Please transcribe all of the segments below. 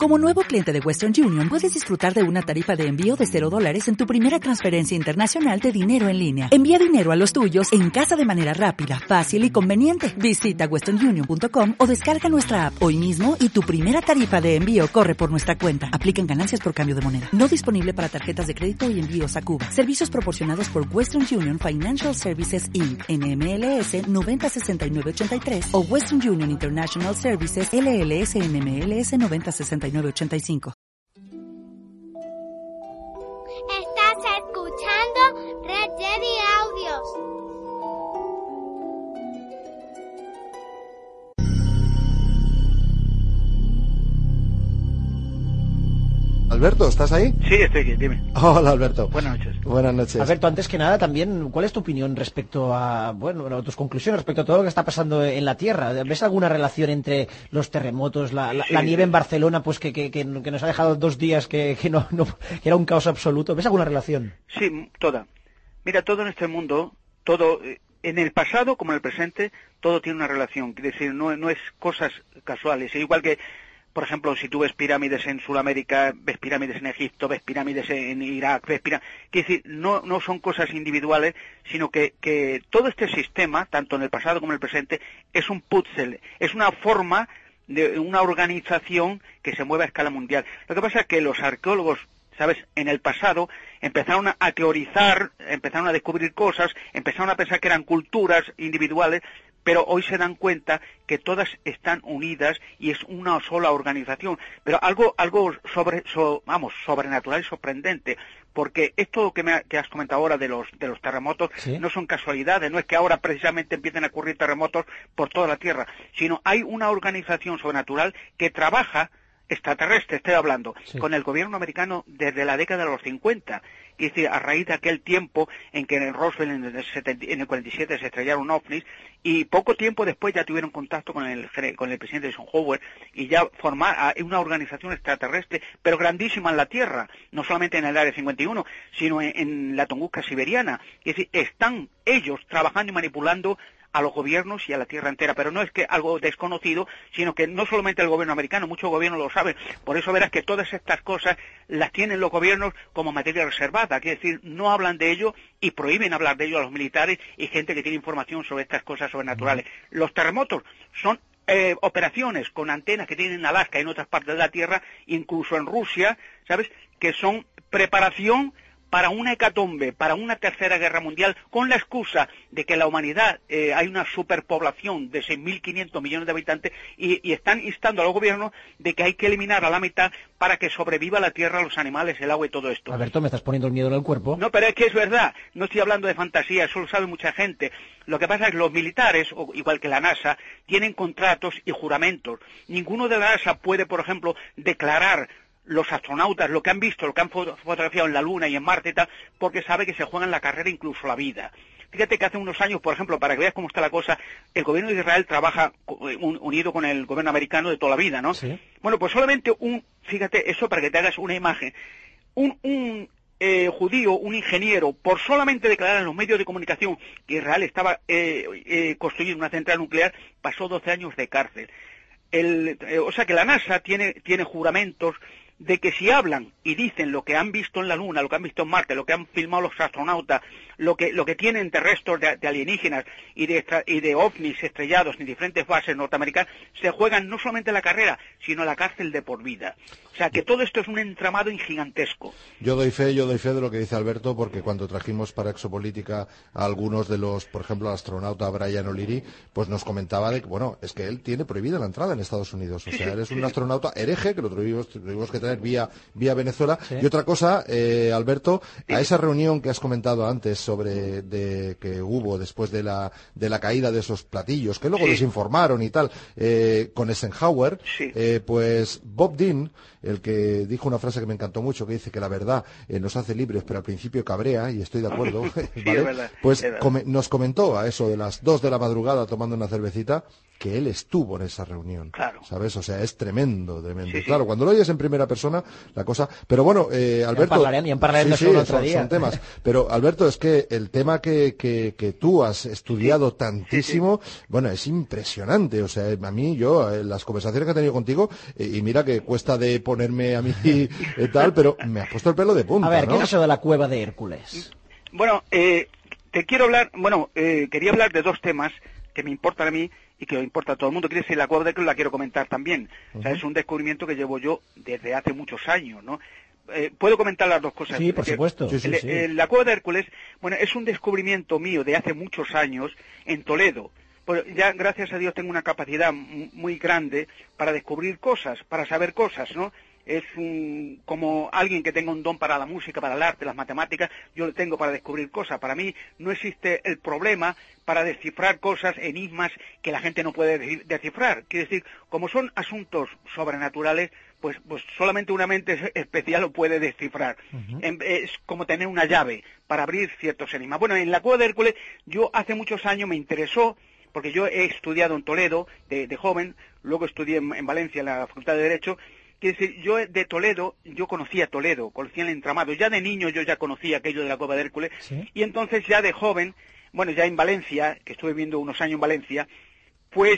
Como nuevo cliente de Western Union, puedes disfrutar de una tarifa de envío de $0 en tu primera transferencia internacional de dinero en línea. Envía dinero a los tuyos en casa de manera rápida, fácil y conveniente. Visita westernunion.com o descarga nuestra app hoy mismo y tu primera tarifa de envío corre por nuestra cuenta. Aplican ganancias por cambio de moneda. No disponible para tarjetas de crédito y envíos a Cuba. Servicios proporcionados por Western Union Financial Services Inc. NMLS 906983 o Western Union International Services LLS NMLS 906985. Estás escuchando Red Jedi Audios. Alberto, ¿estás ahí? Sí, estoy aquí, dime. Hola, Alberto. Buenas noches. Buenas noches. Alberto, antes que nada, también, ¿cuál es tu opinión respecto a, tus conclusiones respecto a todo lo que está pasando en la Tierra? ¿Ves alguna relación entre los terremotos, la nieve en Barcelona, pues que nos ha dejado 2 días que era un caos absoluto? ¿Ves alguna relación? Sí, toda. Mira, todo en este mundo, todo, en el pasado como en el presente, todo tiene una relación. Es decir, no es cosas casuales. Igual que, por ejemplo, si tú ves pirámides en Sudamérica, ves pirámides en Egipto, ves pirámides en Irak, quiere decir, no son cosas individuales, sino que todo este sistema, tanto en el pasado como en el presente, es un puzzle, es una forma de una organización que se mueve a escala mundial. Lo que pasa es que los arqueólogos, ¿sabes?, en el pasado empezaron a teorizar, empezaron a descubrir cosas, empezaron a pensar que eran culturas individuales, pero hoy se dan cuenta que todas están unidas y es una sola organización. Pero algo sobrenatural y sorprendente, porque esto que has comentado ahora de los terremotos, ¿sí?, no son casualidades, no es que ahora precisamente empiecen a ocurrir terremotos por toda la Tierra, sino hay una organización sobrenatural que trabaja, extraterrestre estoy hablando, sí, con el gobierno americano desde la década de los 50, es decir, a raíz de aquel tiempo en que en Roswell en el 47 se estrellaron ovnis, y poco tiempo después ya tuvieron contacto con el presidente Eisenhower y ya formar una organización extraterrestre, pero grandísima en la Tierra, no solamente en el Área 51, sino en la Tunguska siberiana. Es decir, están ellos trabajando y manipulando a los gobiernos y a la Tierra entera, pero no es que algo desconocido, sino que no solamente el gobierno americano, muchos gobiernos lo saben, por eso verás que todas estas cosas las tienen los gobiernos como materia reservada, es decir, no hablan de ello y prohíben hablar de ello a los militares y gente que tiene información sobre estas cosas sobrenaturales. Los terremotos son operaciones con antenas que tienen en Alaska y en otras partes de la Tierra, incluso en Rusia, ¿sabes?, que son preparación para una hecatombe, para una tercera guerra mundial, con la excusa de que la humanidad hay una superpoblación de 6.500 millones de habitantes y están instando a los gobiernos de que hay que eliminar a la mitad para que sobreviva la tierra, los animales, el agua y todo esto. Alberto, me estás poniendo el miedo en el cuerpo. No, pero es que es verdad, no estoy hablando de fantasía, eso lo sabe mucha gente. Lo que pasa es que los militares, igual que la NASA, tienen contratos y juramentos. Ninguno de la NASA puede, por ejemplo, declarar los astronautas lo que han visto, lo que han fotografiado en la Luna y en Marte y tal, porque sabe que se juegan la carrera, incluso la vida. Fíjate que hace unos años, por ejemplo, para que veas cómo está la cosa, el gobierno de Israel trabaja unido con el gobierno americano de toda la vida, ¿no? ¿Sí? Bueno, pues solamente fíjate, eso para que te hagas una imagen, un judío, un ingeniero, por solamente declarar en los medios de comunicación que Israel estaba construyendo una central nuclear, pasó 12 años de cárcel. O sea que la NASA tiene juramentos de que si hablan y dicen lo que han visto en la Luna, lo que han visto en Marte, lo que han filmado los astronautas, lo que tienen de restos de alienígenas y de ovnis estrellados en diferentes bases norteamericanas, se juegan no solamente la carrera, sino la cárcel de por vida. O sea que todo esto es un entramado gigantesco. Yo doy fe de lo que dice Alberto, porque cuando trajimos para Exopolítica a algunos de los, por ejemplo, al astronauta Brian O'Leary, pues nos comentaba de que, bueno, es que él tiene prohibida la entrada en Estados Unidos. O sea, él es un astronauta hereje, que lo tuvimos que tener vía Venezuela. Sí. Y otra cosa, Alberto, a esa reunión que has comentado antes sobre que hubo después de la caída de esos platillos, que luego les informaron y tal, con Eisenhower, pues Bob Dean, el que dijo una frase que me encantó mucho, que dice que la verdad nos hace libres, pero al principio cabrea, y estoy de acuerdo, ¿vale? Pues nos comentó a eso de las 2 de la madrugada tomando una cervecita, que él estuvo en esa reunión. Claro. ¿Sabes? O sea, es tremendo. Sí. Claro, cuando lo oyes en primera persona, la cosa... Pero bueno, Alberto... Ya en parlarem otro día. Son temas. Pero, Alberto, es que el tema que tú has estudiado tantísimo, bueno, es impresionante. O sea, a mí, las conversaciones que he tenido contigo, y mira que cuesta de ponerme a mí tal, pero me has puesto el pelo de punta, A ver, ¿no? ¿qué es eso de la cueva de Hércules? Bueno, te quiero hablar, quería hablar de dos temas que me importan a mí y que le importa a todo el mundo. Quiere decir, la cueva de Hércules la quiero comentar también. O sea, es un descubrimiento que llevo yo desde hace muchos años, ¿no? ¿Puedo comentar las dos cosas? Sí, por supuesto. Sí. La cueva de Hércules, bueno, es un descubrimiento mío de hace muchos años en Toledo. Pues ya, gracias a Dios, tengo una capacidad muy grande para descubrir cosas, para saber cosas, ¿no? Es como alguien que tenga un don para la música, para el arte, las matemáticas, yo lo tengo para descubrir cosas. Para mí no existe el problema para descifrar cosas, enigmas que la gente no puede descifrar. Quiere decir, como son asuntos sobrenaturales, pues solamente una mente especial lo puede descifrar. Es como tener una llave para abrir ciertos enigmas. Bueno, en la cueva de Hércules, yo hace muchos años me interesó, porque yo he estudiado en Toledo de joven, luego estudié en Valencia en la Facultad de Derecho. Quiere decir, yo de Toledo, yo conocía Toledo, conocía el entramado. Ya de niño yo ya conocía aquello de la cueva de Hércules. ¿Sí? Y entonces ya de joven, bueno, ya en Valencia, que estuve viviendo unos años en Valencia, pues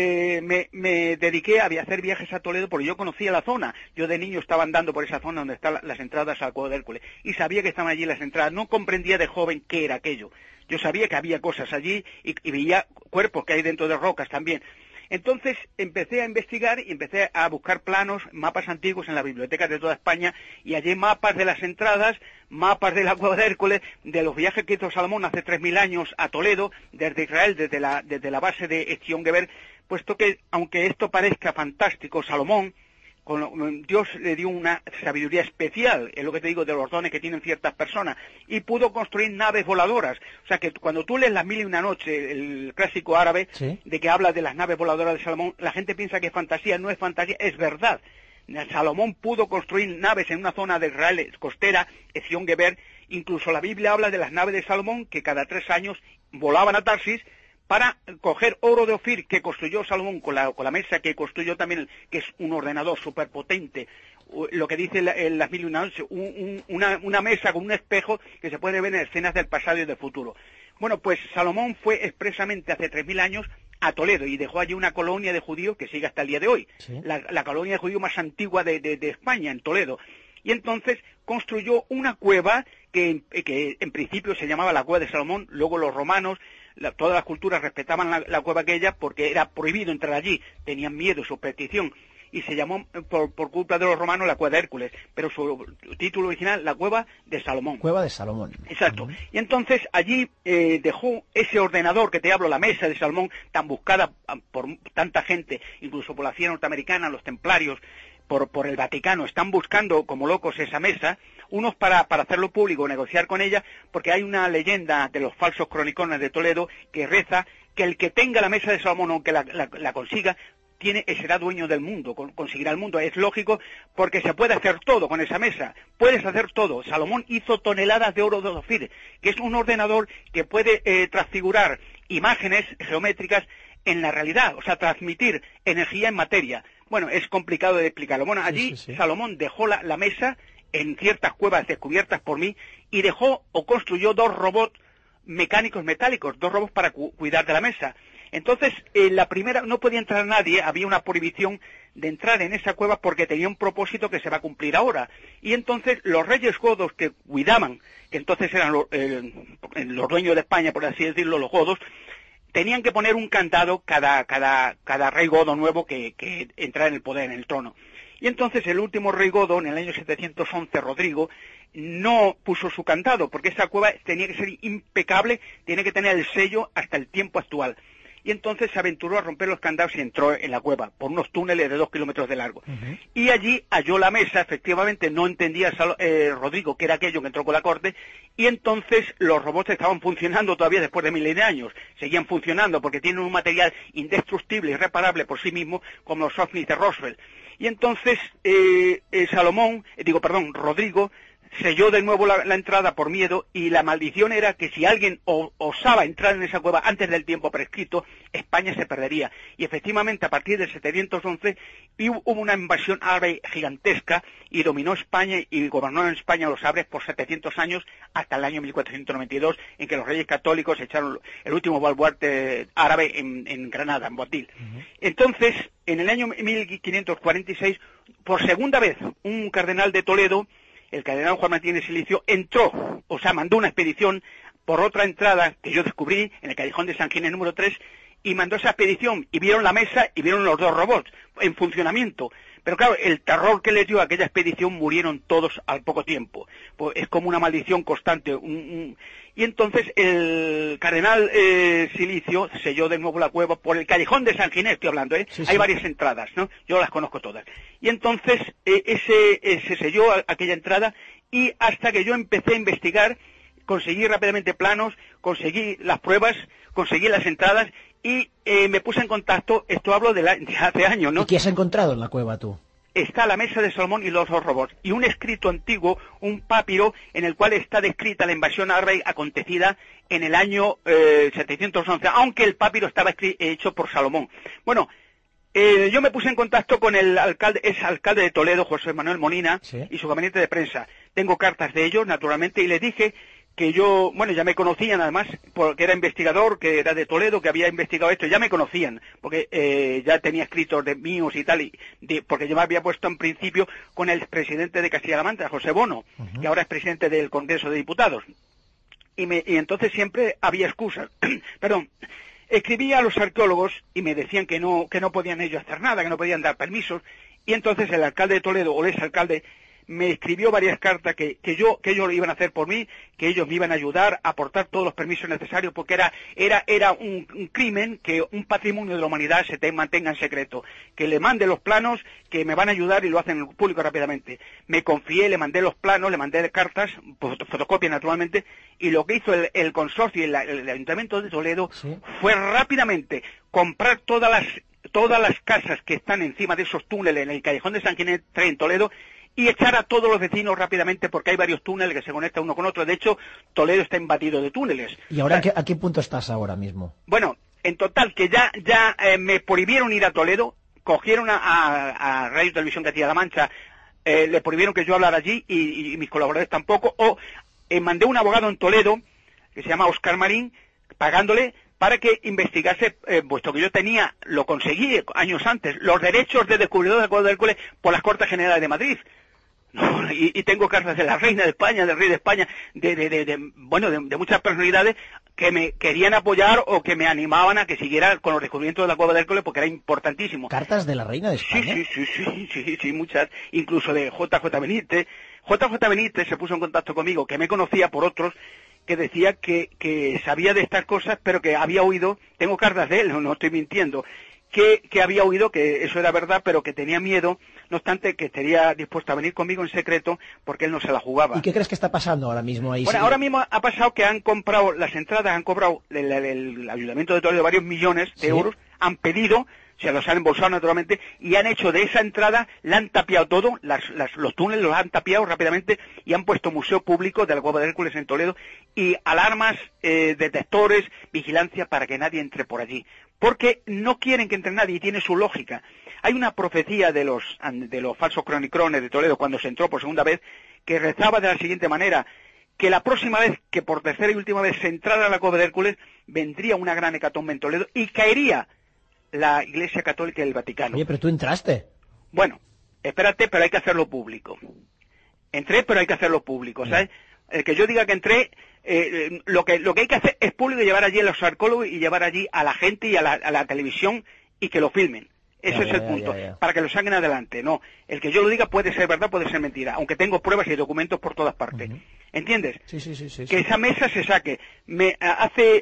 me dediqué a hacer viajes a Toledo porque yo conocía la zona. Yo de niño estaba andando por esa zona donde están las entradas a la cueva de Hércules y sabía que estaban allí las entradas. No comprendía de joven qué era aquello. Yo sabía que había cosas allí y veía cuerpos que hay dentro de rocas también. Entonces empecé a investigar y empecé a buscar planos, mapas antiguos en las bibliotecas de toda España y hallé mapas de las entradas, mapas de la cueva de Hércules, de los viajes que hizo Salomón hace 3000 años a Toledo, desde Israel, desde la base de Etzion-Geber, puesto que, aunque esto parezca fantástico, Salomón, Dios le dio una sabiduría especial, es lo que te digo de los dones que tienen ciertas personas, y pudo construir naves voladoras. O sea que cuando tú lees Las Mil y una Noche, el clásico árabe, ¿sí?, de que habla de las naves voladoras de Salomón, la gente piensa que es fantasía, no es fantasía, es verdad. Salomón pudo construir naves en una zona de Israel costera, Etzion-Geber, incluso la Biblia habla de las naves de Salomón que cada 3 años volaban a Tarsis para coger oro de Ofir que construyó Salomón con la mesa que construyó también, que es un ordenador superpotente, lo que dice en Las Mil y una Noches, una mesa con un espejo que se puede ver en escenas del pasado y del futuro. Bueno, pues Salomón fue expresamente hace 3000 años a Toledo y dejó allí una colonia de judíos que sigue hasta el día de hoy, ¿sí?, la colonia de judíos más antigua de España, en Toledo. Y entonces construyó una cueva que en principio se llamaba la cueva de Salomón, luego los romanos, todas las culturas respetaban la cueva aquella porque era prohibido entrar allí, tenían miedo, superstición, y se llamó por culpa de los romanos la cueva de Hércules, pero su título original, la cueva de Salomón. Cueva de Salomón. Exacto. Y entonces allí dejó ese ordenador que te hablo, la mesa de Salomón, tan buscada por tanta gente, incluso por la CIA norteamericana, los templarios, por el Vaticano, están buscando como locos esa mesa, unos para hacerlo público, negociar con ella, porque hay una leyenda de los falsos cronicones de Toledo que reza que el que tenga la mesa de Salomón o que la consiga, será dueño del mundo, conseguirá el mundo. Es lógico porque se puede hacer todo con esa mesa, puedes hacer todo. Salomón hizo toneladas de oro de Ofir, que es un ordenador que puede transfigurar imágenes geométricas en la realidad, o sea, transmitir energía en materia. Bueno, es complicado de explicarlo. Bueno, allí sí. Salomón dejó la mesa en ciertas cuevas descubiertas por mí y dejó o construyó 2 robots mecánicos metálicos, 2 robots para cuidar de la mesa. Entonces, la primera, no podía entrar nadie, había una prohibición de entrar en esa cueva porque tenía un propósito que se va a cumplir ahora. Y entonces los reyes godos que cuidaban, que entonces eran los dueños de España, por así decirlo, los godos, tenían que poner un candado cada rey godo nuevo que entrara en el poder, en el trono. Y entonces el último rey godo, en el año 711, Rodrigo, no puso su candado, porque esa cueva tenía que ser impecable, tiene que tener el sello hasta el tiempo actual. Y entonces se aventuró a romper los candados y entró en la cueva, por unos túneles de 2 kilómetros de largo. Uh-huh. Y allí halló la mesa, efectivamente no entendía Rodrigo qué era aquello que entró con la corte, y entonces los robots estaban funcionando todavía después de miles de años, seguían funcionando porque tienen un material indestructible y reparable por sí mismo, como los ovnis de Roswell. Y entonces Rodrigo selló de nuevo la entrada por miedo, y la maldición era que si alguien osaba entrar en esa cueva antes del tiempo prescrito, España se perdería. Y efectivamente, a partir del 711 hubo una invasión árabe gigantesca y dominó España y gobernó en España los árabes por 700 años, hasta el año 1492, en que los reyes católicos echaron el último baluarte árabe en Granada, en Boabdil. Entonces, en el año 1546, por segunda vez, un cardenal de Toledo, el cardenal Juan Martín de Silicio, entró, o sea, mandó una expedición por otra entrada que yo descubrí en el Callejón de San Ginés número 3, y mandó esa expedición, y vieron la mesa y vieron los 2 robots en funcionamiento. Pero claro, el terror que les dio a aquella expedición, murieron todos al poco tiempo. Pues es como una maldición constante. Y entonces el cardenal Silicio selló de nuevo la cueva por el Callejón de San Ginés, estoy hablando, ¿eh? Sí, sí. Hay varias entradas, ¿no? Yo las conozco todas. Y entonces se selló aquella entrada, y hasta que yo empecé a investigar, conseguí rápidamente planos, conseguí las pruebas, conseguí las entradas, y me puse en contacto, esto hablo de hace años, ¿no? ¿Y qué has encontrado en la cueva tú? Está la mesa de Salomón y los 2 robots, y un escrito antiguo, un papiro, en el cual está descrita la invasión árabe acontecida en el año 711, aunque el papiro estaba hecho por Salomón. Bueno, yo me puse en contacto con el alcalde de Toledo, José Manuel Molina, ¿sí?, y su gabinete de prensa. Tengo cartas de ellos, naturalmente, y les dije que yo, bueno, ya me conocían además, porque era investigador, que era de Toledo, que había investigado esto, ya me conocían, porque ya tenía escritos de míos y tal, porque yo me había puesto en principio con el presidente de Castilla-La Mancha, José Bono, que ahora es presidente del Congreso de Diputados, y entonces siempre había excusas. Perdón. Escribía a los arqueólogos y me decían que no podían ellos hacer nada, que no podían dar permisos, y entonces el alcalde de Toledo, o el exalcalde, me escribió varias cartas que ellos lo iban a hacer por mí, que ellos me iban a ayudar a aportar todos los permisos necesarios, porque era un crimen que un patrimonio de la humanidad se mantenga en secreto, que le mande los planos, que me van a ayudar, y lo hacen público rápidamente. Me confié, le mandé los planos, le mandé cartas, fotocopia naturalmente, y lo que hizo el consorcio y el Ayuntamiento de Toledo, ¿sí?, fue rápidamente comprar todas las casas que están encima de esos túneles en el Callejón de San Ginés 3 en Toledo, y echar a todos los vecinos rápidamente, porque hay varios túneles que se conectan uno con otro. De hecho, Toledo está invadido de túneles. ¿Y ahora a qué punto estás ahora mismo? Bueno, en total, que ya me prohibieron ir a Toledo, cogieron a Radio Televisión Castilla-La Mancha, le prohibieron que yo hablara allí, y mis colaboradores tampoco, mandé un abogado en Toledo, que se llama Óscar Marín, pagándole para que investigase, puesto que yo lo conseguí años antes, los derechos de descubridor de Cueva del Hércules por las Cortes Generales de Madrid. No, y tengo cartas de la reina de España, del rey de España, de muchas personalidades que me querían apoyar o que me animaban a que siguiera con los descubrimientos de la Cueva del Hércules, porque era importantísimo. ¿Cartas de la reina de España? Sí, muchas, incluso de JJ Benítez. JJ Benítez se puso en contacto conmigo, que me conocía por otros, que decía que sabía de estas cosas, pero que había oído, tengo cartas de él, no estoy mintiendo, que había oído que eso era verdad, pero que tenía miedo, no obstante que estaría dispuesto a venir conmigo en secreto, porque él no se la jugaba. ¿Y qué crees que está pasando ahora mismo ahí? Bueno, ahora mismo ha pasado que han comprado las entradas, han cobrado el Ayuntamiento de Toledo varios millones de euros, han pedido, se los han embolsado naturalmente, y han hecho de esa entrada, la han tapiado todo, los túneles los han tapiado rápidamente, y han puesto museo público de la Cueva de Hércules en Toledo, y alarmas, detectores, vigilancia para que nadie entre por allí, porque no quieren que entre nadie, y tiene su lógica. Hay una profecía de los falsos cronicrones de Toledo, cuando se entró por segunda vez, que rezaba de la siguiente manera: que la próxima vez, que por tercera y última vez se entrara a la Cueva de Hércules, vendría una gran hecatombe en Toledo, y caería la Iglesia Católica del Vaticano. Oye, pero tú entraste. Bueno, espérate, pero hay que hacerlo público. Entré, pero hay que hacerlo público, ¿sabes? El que yo diga que entré, lo que hay que hacer es público, y llevar allí a los arqueólogos, y llevar allí a la gente y a la televisión, y que lo filmen. Ese es el punto, para que lo saquen adelante. No, el que yo lo diga puede ser verdad, puede ser mentira, aunque tengo pruebas y documentos por todas partes. ¿Entiendes? Sí. Que esa mesa se saque. Hace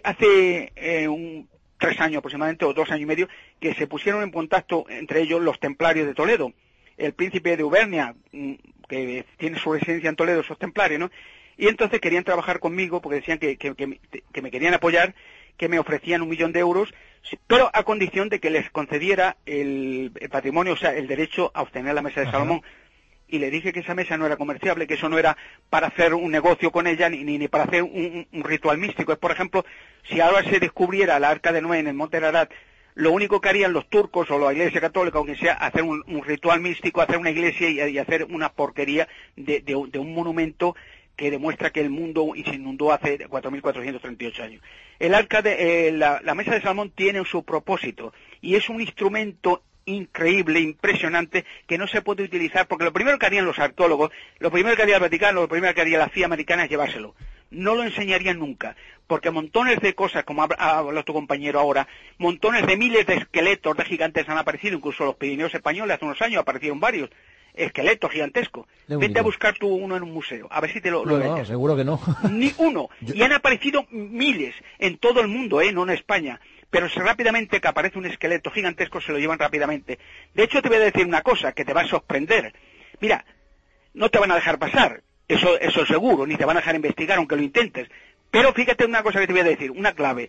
3 años aproximadamente, o 2 años y medio, que se pusieron en contacto entre ellos los templarios de Toledo. El príncipe de Auvernia, que tiene su residencia en Toledo, esos templarios, ¿no? Y entonces querían trabajar conmigo, porque decían que me querían apoyar, que me ofrecían 1 millón de euros, pero a condición de que les concediera el patrimonio, o sea, el derecho a obtener la mesa de Salomón. y le dije que esa mesa no era comerciable, que eso no era para hacer un negocio con ella, ni para hacer un ritual místico. Es, por ejemplo, si ahora se descubriera la Arca de Noé en el Monte Ararat, lo único que harían los turcos o la Iglesia Católica, aunque sea hacer un ritual místico, hacer una iglesia y hacer una porquería de un monumento que demuestra que el mundo se inundó hace 4.438 años. El arca la mesa de Salomón tiene su propósito y es un instrumento increíble, impresionante, que no se puede utilizar, porque lo primero que harían los arqueólogos, lo primero que haría el Vaticano, lo primero que haría la CIA americana es llevárselo. No lo enseñarían nunca, porque montones de cosas, como ha hablado tu compañero ahora, montones de miles de esqueletos de gigantes han aparecido, incluso los Pirineos españoles hace unos años aparecieron varios esqueletos gigantescos. Vete a buscar tú uno en un museo, a ver si te lo No, seguro que no. Ni uno. Y han aparecido miles en todo el mundo, no en España. Pero si rápidamente que aparece un esqueleto gigantesco se lo llevan rápidamente. De hecho, te voy a decir una cosa que te va a sorprender. Mira, no te van a dejar pasar, eso seguro, ni te van a dejar investigar aunque lo intentes. Pero fíjate una cosa que te voy a decir, una clave.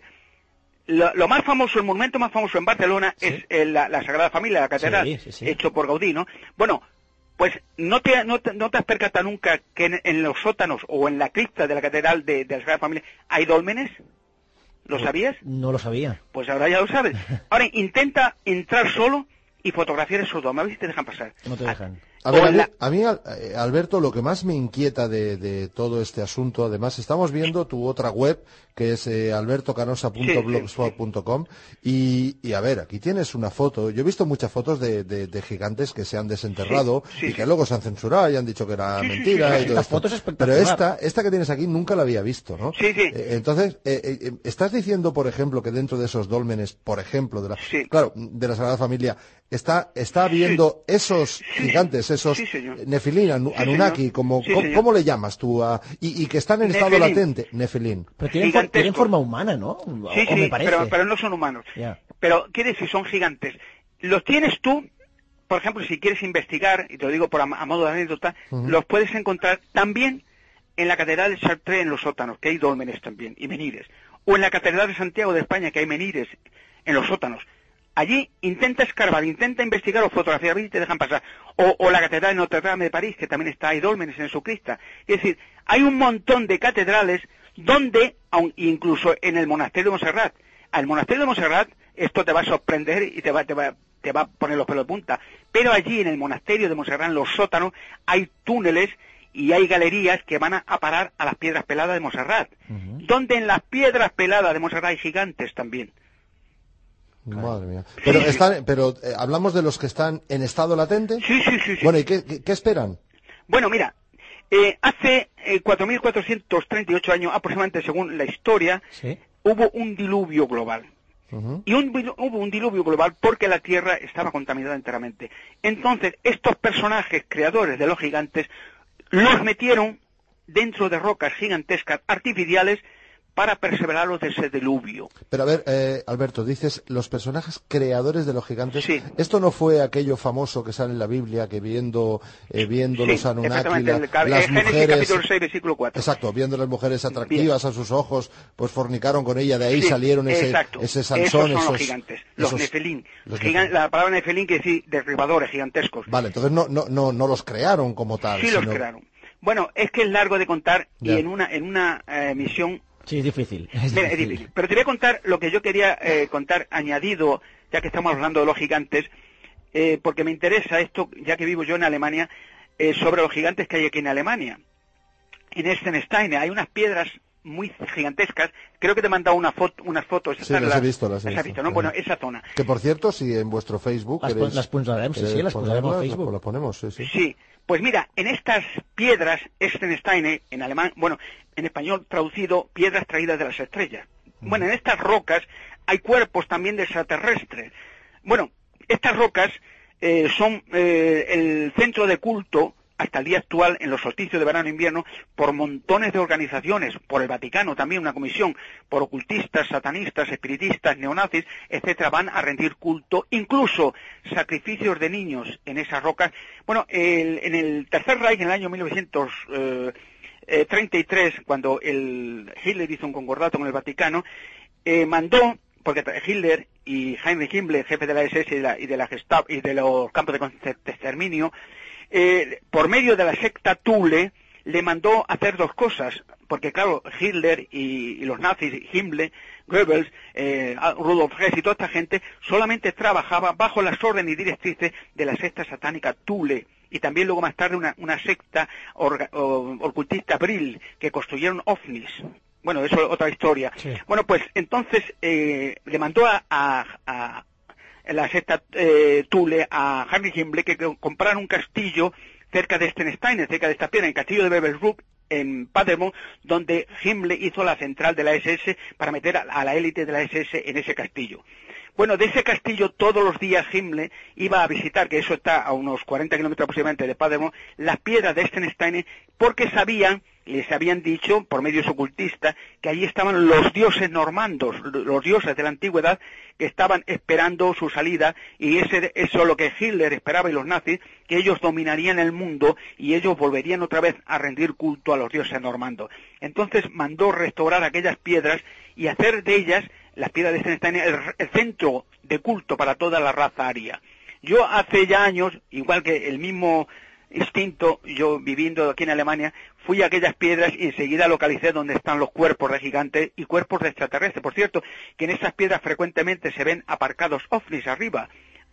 Lo más famoso, el monumento más famoso en Barcelona es la Sagrada Familia, la catedral, hecho por Gaudí, ¿no? Bueno, pues no te has percatado nunca que en los sótanos o en la cripta de la catedral de la Sagrada Familia hay dólmenes. ¿Lo sabías? No lo sabía. Pues ahora ya lo sabes. Ahora intenta entrar solo y fotografiar esos dólmenes, a ver si te dejan pasar. No te dejan. A ver, a mí, Alberto, lo que más me inquieta de todo este asunto, además, estamos viendo tu otra web, que es albertocanosa.blogspot.com, y a ver, aquí tienes una foto. Yo he visto muchas fotos de gigantes que se han desenterrado y que luego se han censurado y han dicho que era mentira. Y todo esto. Foto es espectacular. Pero esta que tienes aquí nunca la había visto, ¿no? Sí. Entonces, estás diciendo, por ejemplo, que dentro de esos dólmenes, por ejemplo, de la Sagrada Familia, está habiendo esos gigantes, esos Nefilín, Anunnaki, ¿cómo le llamas tú? Y que están en estado latente, Nefilín. Pero tienen forma humana, ¿no? Sí, me parece. pero no son humanos. Yeah. Pero quiere decir, son gigantes. Los tienes tú, por ejemplo, si quieres investigar, y te lo digo a modo de anécdota, los puedes encontrar también en la Catedral de Chartres, en los sótanos, que hay dólmenes también, y menires. O en la Catedral de Santiago de España, que hay menires en los sótanos. Allí intenta escarbar, intenta investigar o fotografiar y te dejan pasar. O la Catedral de Notre Dame de París, que también hay dólmenes en su crista. Es decir, hay un montón de catedrales donde, incluso en el monasterio de Montserrat, al monasterio de Montserrat, esto te va a sorprender y te va a poner los pelos de punta, pero allí en el monasterio de Montserrat, en los sótanos, hay túneles y hay galerías que van a parar a las piedras peladas de Montserrat, donde en las piedras peladas de Montserrat hay gigantes también. Madre mía. Pero hablamos de los que están en estado latente. Sí. Bueno, ¿y qué esperan? Bueno, mira, hace 4.438 años aproximadamente, según la historia, hubo un diluvio global. Y hubo un diluvio global porque la Tierra estaba contaminada enteramente. Entonces, estos personajes creadores de los gigantes los metieron dentro de rocas gigantescas artificiales para preservarlos de ese diluvio. Pero a ver, Alberto, dices los personajes creadores de los gigantes. Sí. ¿Esto no fue aquello famoso que sale en la Biblia, que viendo los Anunnaki, las mujeres... capítulo 6, versículo 4. Exacto, viendo las mujeres atractivas a sus ojos, pues fornicaron con ella, de ahí salieron ese Sansón, esos son los gigantes, los Nefilín. La palabra Nefilín quiere decir derribadores gigantescos. Vale, entonces no los crearon como tal. Sí, los crearon. Bueno, es que es largo de contar y en una misión... Sí, es difícil. Mira, es difícil. Pero te voy a contar lo que yo quería contar añadido, ya que estamos hablando de los gigantes, porque me interesa esto, ya que vivo yo en Alemania, sobre los gigantes que hay aquí en Alemania. En Estenstein hay unas piedras muy gigantescas. Creo que te he mandado unas fotos. Sí, las he visto, ¿no? Bueno, esa zona. Que por cierto, si en vuestro Facebook las pondremos, las pondremos en Facebook. Las ponemos, sí. Sí. Pues mira, en estas piedras, Estenstein, en alemán, bueno, en español traducido, piedras traídas de las estrellas. Bueno, en estas rocas hay cuerpos también de extraterrestres. Bueno, estas rocas son el centro de culto hasta el día actual en los solsticios de verano e invierno por montones de organizaciones, por el Vaticano también, una comisión, por ocultistas, satanistas, espiritistas, neonazis, etcétera, van a rendir culto, incluso sacrificios de niños en esas rocas. Bueno, en el Tercer Reich, en el año 1933, cuando Hitler hizo un concordato con el Vaticano, mandó, porque Hitler y Heinrich Himmler, jefe de la SS y de la Gestapo y de los campos de exterminio, por medio de la secta Thule, le mandó hacer dos cosas, porque claro, Hitler y los nazis, Himmler, Goebbels, Rudolf Hess y toda esta gente, solamente trabajaba bajo las órdenes y directrices de la secta satánica Thule, y también luego más tarde una secta ocultista Brill, que construyeron ovnis. Bueno, eso es otra historia. Sí. Bueno, pues entonces le mandó a la secta Thule a Henry Himmler que compraran un castillo cerca de Stenstein, cerca de esta piedra, en el castillo de Bebelsburg, en Paderborn, donde Himmler hizo la central de la SS para meter a la élite de la SS en ese castillo. Bueno, de ese castillo todos los días Himmler iba a visitar, que eso está a unos 40 kilómetros aproximadamente de Paderborn, las piedras de Stenstein, porque les habían dicho, por medios ocultistas, que allí estaban los dioses normandos, los dioses de la antigüedad, que estaban esperando su salida, y eso es lo que Hitler esperaba y los nazis, que ellos dominarían el mundo y ellos volverían otra vez a rendir culto a los dioses normandos. Entonces mandó restaurar aquellas piedras y hacer de ellas, las piedras de Stenstein, el centro de culto para toda la raza aria. Yo hace ya años, igual que el mismo instinto, yo viviendo aquí en Alemania, fui a aquellas piedras y enseguida localicé donde están los cuerpos de gigantes y cuerpos de extraterrestres. Por cierto, que en esas piedras frecuentemente se ven aparcados ovnis arriba.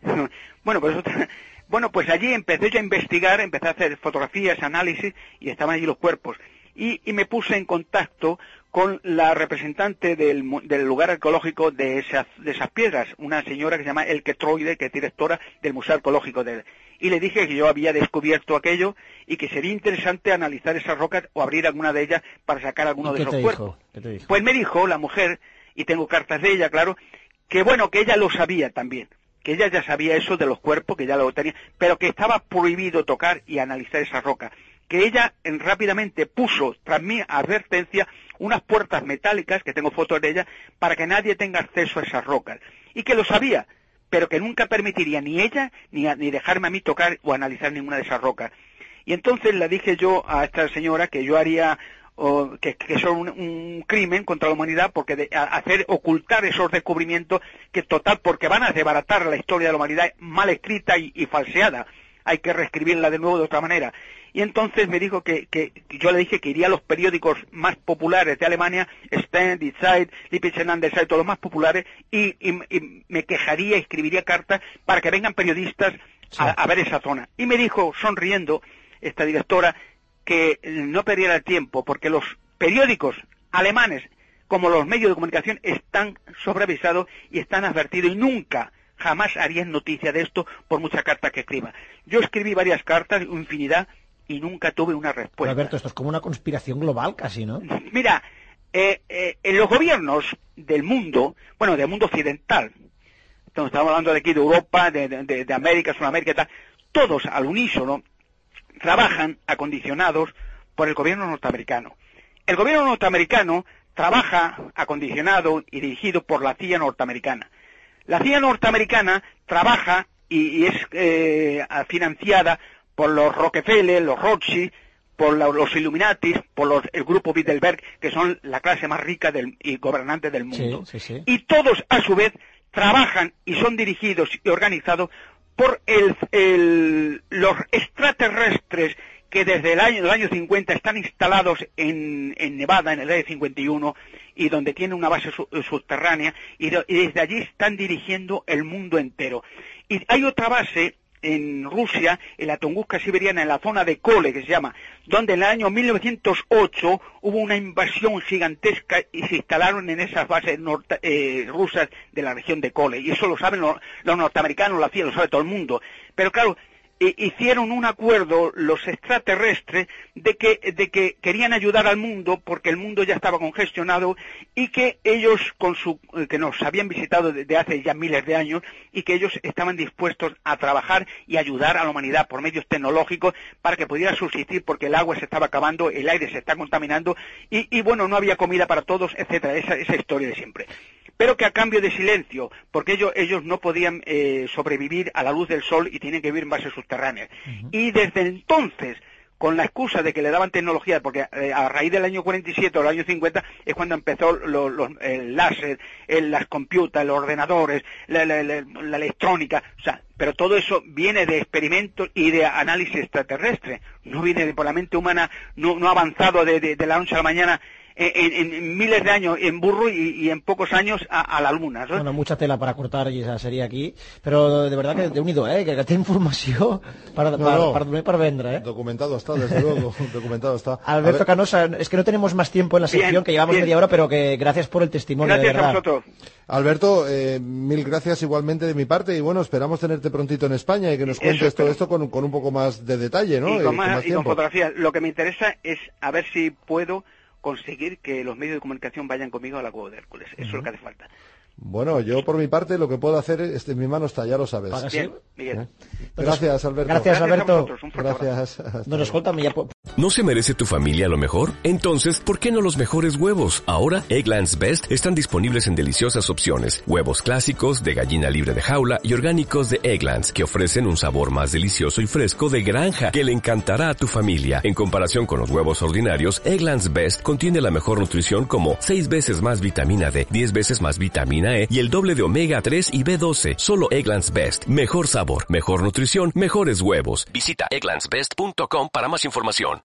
Bueno, pues allí empecé yo a investigar, empecé a hacer fotografías, análisis, y estaban allí los cuerpos. Y me puse en contacto con la representante del lugar arqueológico de esas piedras, una señora que se llama Elke Troide, que es directora del Museo Arqueológico de él. Y le dije que yo había descubierto aquello y que sería interesante analizar esas rocas o abrir alguna de ellas para sacar alguno de esos cuerpos. ¿Qué te dijo? Pues me dijo la mujer, y tengo cartas de ella, claro, que bueno, que ella lo sabía también, que ella ya sabía eso de los cuerpos, que ya lo tenía, pero que estaba prohibido tocar y analizar esas rocas. Que ella rápidamente puso tras mi advertencia unas puertas metálicas, que tengo fotos de ellas, para que nadie tenga acceso a esas rocas. Y que lo sabía, pero que nunca permitiría ni ella ni dejarme a mí tocar o analizar ninguna de esas rocas. Y entonces le dije yo a esta señora que yo haría, que son un crimen contra la humanidad, porque hacer ocultar esos descubrimientos, que total, porque van a desbaratar la historia de la humanidad mal escrita y falseada. Hay que reescribirla de nuevo de otra manera. Y entonces me dijo que yo le dije que iría a los periódicos más populares de Alemania, Stern, Die Zeit, Lippitzen an der Zeit, todos los más populares, y me quejaría, escribiría cartas para que vengan periodistas a ver esa zona. Y me dijo, sonriendo, esta directora, que no perdiera el tiempo, porque los periódicos alemanes, como los medios de comunicación, están sobreavisados y están advertidos, y nunca, jamás harían noticia de esto por muchas cartas que escriba. Yo escribí varias cartas, infinidad, y nunca tuve una respuesta. Pero Alberto, esto es como una conspiración global casi, ¿no? Mira, en los gobiernos del mundo, bueno, del mundo occidental, estamos hablando de aquí de Europa, de América, Sudamérica y tal, todos al unísono trabajan acondicionados por el gobierno norteamericano. El gobierno norteamericano trabaja acondicionado y dirigido por la CIA norteamericana. La CIA norteamericana trabaja y es financiada por los Rockefeller, los Rothschild, por los Illuminatis, por el grupo Bilderberg, que son la clase más rica y gobernante del mundo. Sí, sí, sí. Y todos, a su vez, trabajan y son dirigidos y organizados por los extraterrestres que desde el año 50 están instalados en Nevada, en el Área 51, y donde tienen una base subterránea, y desde allí están dirigiendo el mundo entero. Y hay otra base en Rusia, en la Tunguska siberiana, en la zona de Kole, que se llama, donde en el año 1908 hubo una invasión gigantesca y se instalaron en esas bases rusas de la región de Kole. Y eso lo saben los norteamericanos, la CIA, lo sabe todo el mundo. Pero claro, hicieron un acuerdo los extraterrestres de que querían ayudar al mundo porque el mundo ya estaba congestionado, y que ellos que nos habían visitado desde hace ya miles de años, y que ellos estaban dispuestos a trabajar y ayudar a la humanidad por medios tecnológicos para que pudiera subsistir, porque el agua se estaba acabando, el aire se está contaminando y bueno, no había comida para todos, etcétera, esa historia de siempre. Pero que a cambio de silencio, porque ellos no podían sobrevivir a la luz del sol y tienen que vivir en bases subterráneas. Uh-huh. Y desde entonces, con la excusa de que le daban tecnología, porque a raíz del año 47 o el año 50 es cuando empezó el láser, las computadoras, los ordenadores, la electrónica, o sea, pero todo eso viene de experimentos y de análisis extraterrestre, no viene por la mente humana, no ha avanzado de la noche a la mañana en miles de años en burro y en pocos años a la luna. ¿Sabes? Bueno, mucha tela para cortar i esa seria aquí, però de verdad que déu-n'hi-do, que té informació per vendre, Documentado está, desde luego, documentado está. Alberto Canosa, es que no tenemos más tiempo en la sección, que llevamos media hora, pero que gracias por el testimonio, gracias de verdad. A vosotros. Alberto, mil gracias igualmente de mi parte, y bueno, esperamos tenerte prontito en España y que nos cuentes todo esto con un poco más de detalle, ¿no? Y con fotografías. Lo que me interesa es a ver si puedo conseguir que los medios de comunicación vayan conmigo a la Cueva de Hércules. Eso es lo que hace falta. Bueno, yo por mi parte lo que puedo hacer en mi mano está, ya lo sabes. Bien, Miguel. Gracias, Alberto. Gracias, Alberto. Gracias. ¿No se merece tu familia lo mejor? Entonces, ¿por qué no los mejores huevos? Ahora, Eggland's Best están disponibles en deliciosas opciones. Huevos clásicos, de gallina libre de jaula y orgánicos de Eggland's, que ofrecen un sabor más delicioso y fresco de granja, que le encantará a tu familia. En comparación con los huevos ordinarios, Eggland's Best contiene la mejor nutrición como 6 veces más vitamina D, 10 veces más vitamina E y el doble de omega 3 y B12. Solo Eggland's Best. Mejor sabor, mejor nutrición, mejores huevos. Visita egglandsbest.com para más información.